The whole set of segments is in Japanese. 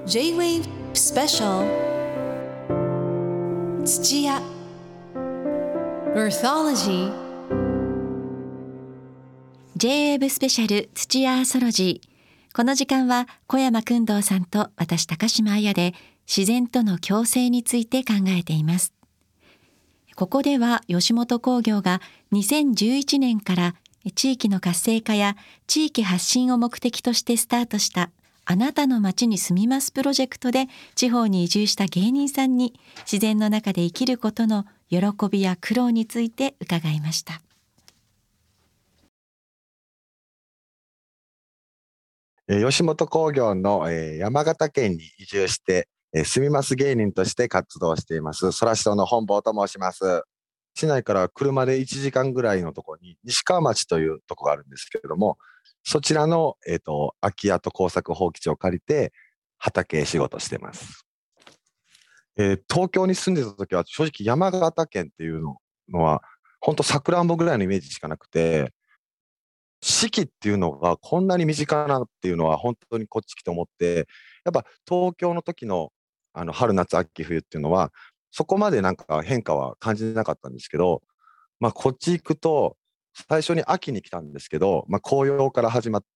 J-Wave Special 土屋 Earthology J-Wave スペシャル土屋アーソロジー。この時間は小山薫堂さんと私高島彩で自然との共生について考えています。ここでは吉本興業が2011年から地域の活性化や地域発信を目的としてスタートしたあなたの街に住みますプロジェクトで地方に移住した芸人さんに自然の中で生きることの喜びや苦労について伺いました。 吉本興業の山形県に移住して住みます芸人として活動していますそらしとの本坊と申します。市内から車で1時間ぐらいのところに西川町というところがあるんですけれども、そちらの、空き家と耕作放棄地を借りて畑仕事してます。東京に住んでた時は正直山形県っていうのは本当さくらんぼぐらいのイメージしかなくて、四季っていうのがこんなに身近なっていうのは本当にこっち来て思って、やっぱ東京の時の春夏秋冬っていうのはそこまでなんか変化は感じなかったんですけど、こっち行くと最初に秋に来たんですけど、紅葉から始まって、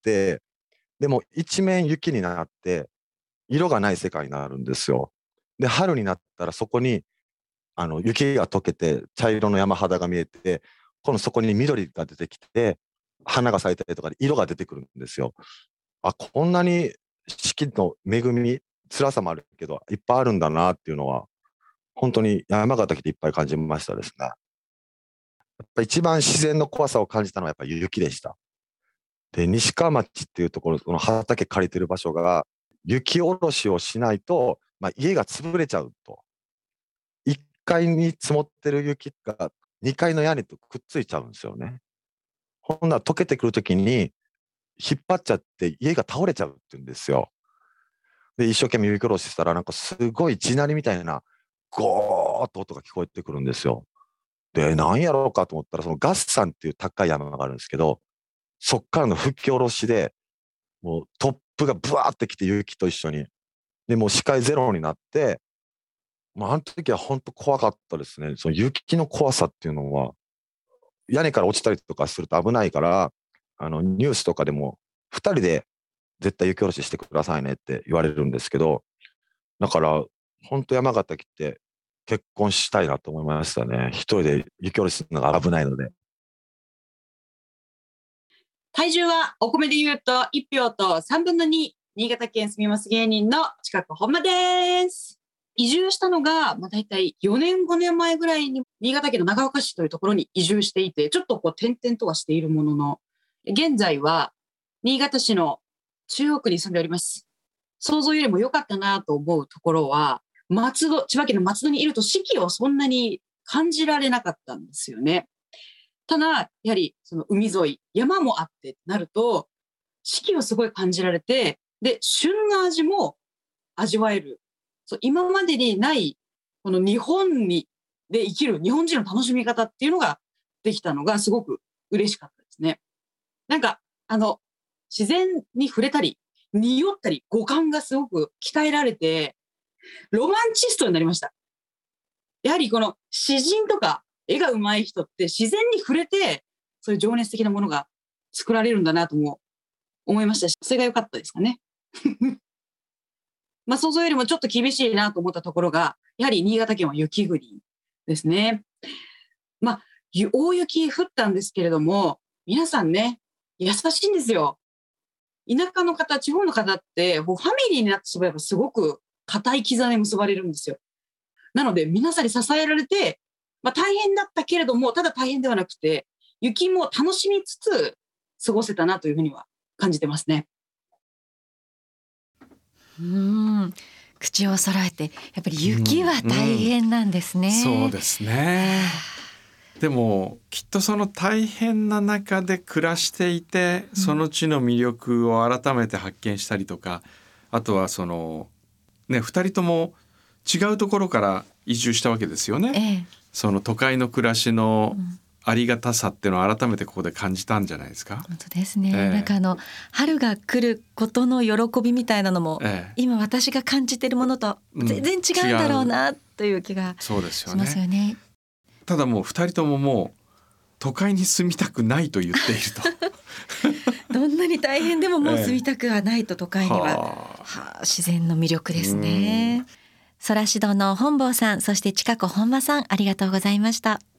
でも一面雪になって色がない世界になるんですよ。で春になったらそこに雪が溶けて茶色の山肌が見えて、今度そこに緑が出てきて花が咲いたりとかで色が出てくるんですよ。こんなに四季の恵み、辛さもあるけどいっぱいあるんだなっていうのは本当に山形来ていっぱい感じましたですね。やっぱ一番自然の怖さを感じたのはやっぱり雪でした。で西川町っていうところ、この畑借りてる場所が雪下ろしをしないと、家が潰れちゃうと、1階に積もってる雪が2階の屋根とくっついちゃうんですよね。ほんなら溶けてくるときに引っ張っちゃって家が倒れちゃうって言うんですよ。で一生懸命雪下ろししたらなんかすごい地鳴りみたいなゴーッと音が聞こえてくるんですよ。で何やろうかと思ったら、その月山っていう高い山があるんですけど、そっからの吹き下ろしでもう突風がブワーってきて雪と一緒に、でもう視界ゼロになって、あの時は本当怖かったですね。その雪の怖さっていうのは、屋根から落ちたりとかすると危ないから、ニュースとかでも2人で絶対雪下ろししてくださいねって言われるんですけど、だから本当山形来て結婚したいなと思いましたね。一人で雪下ろしするのが危ないので。 体重はお米で言うと1票と3分の2、新潟県住みます芸人の近く本間です。移住したのが、だいたい4年5年前ぐらいに新潟県の長岡市というところに移住していて、ちょっと転々とはしているものの、現在は新潟市の中央区に住んでおります。想像よりも良かったなと思うところは、千葉県の松戸にいると四季をそんなに感じられなかったんですよね。ただ、やはりその海沿い、山もあってなると、四季をすごい感じられて、で、旬の味も味わえる。今までにない、この日本で生きる日本人の楽しみ方っていうのができたのがすごく嬉しかったですね。なんか、自然に触れたり、匂ったり、五感がすごく鍛えられて、ロマンチストになりました。やはりこの詩人とか絵が上手い人って自然に触れて、そういう情熱的なものが作られるんだなとも思いましたし、それが良かったですかね。想像よりもちょっと厳しいなと思ったところが、やはり新潟県は雪国ですね。大雪降ったんですけれども、皆さんね、優しいんですよ。田舎の方、地方の方って、ファミリーになってしまえばすごく固い絆で結ばれるんですよ。なので、皆さんに支えられて、大変だったけれども、ただ大変ではなくて、雪も楽しみつつ過ごせたなというふうには感じてますね。 口を揃えて、やっぱり雪は大変なんですね。 そうですね。でもきっとその大変な中で暮らしていて、その地の魅力を改めて発見したりとか、あとは2人とも違うところから移住したわけですよね。その都会の暮らしのありがたさっていうのを改めてここで感じたんじゃないですか。 本当ですね、なんか春が来ることの喜びみたいなのも、今私が感じているものと全然違うんだろうなという気がしますよね。 ただもう2人とももう都会に住みたくないと言っているとどんなに大変でももう住みたくはないと、都会には、自然の魅力ですね。ソラシドの本坊さん、そして近子本間さん、ありがとうございました。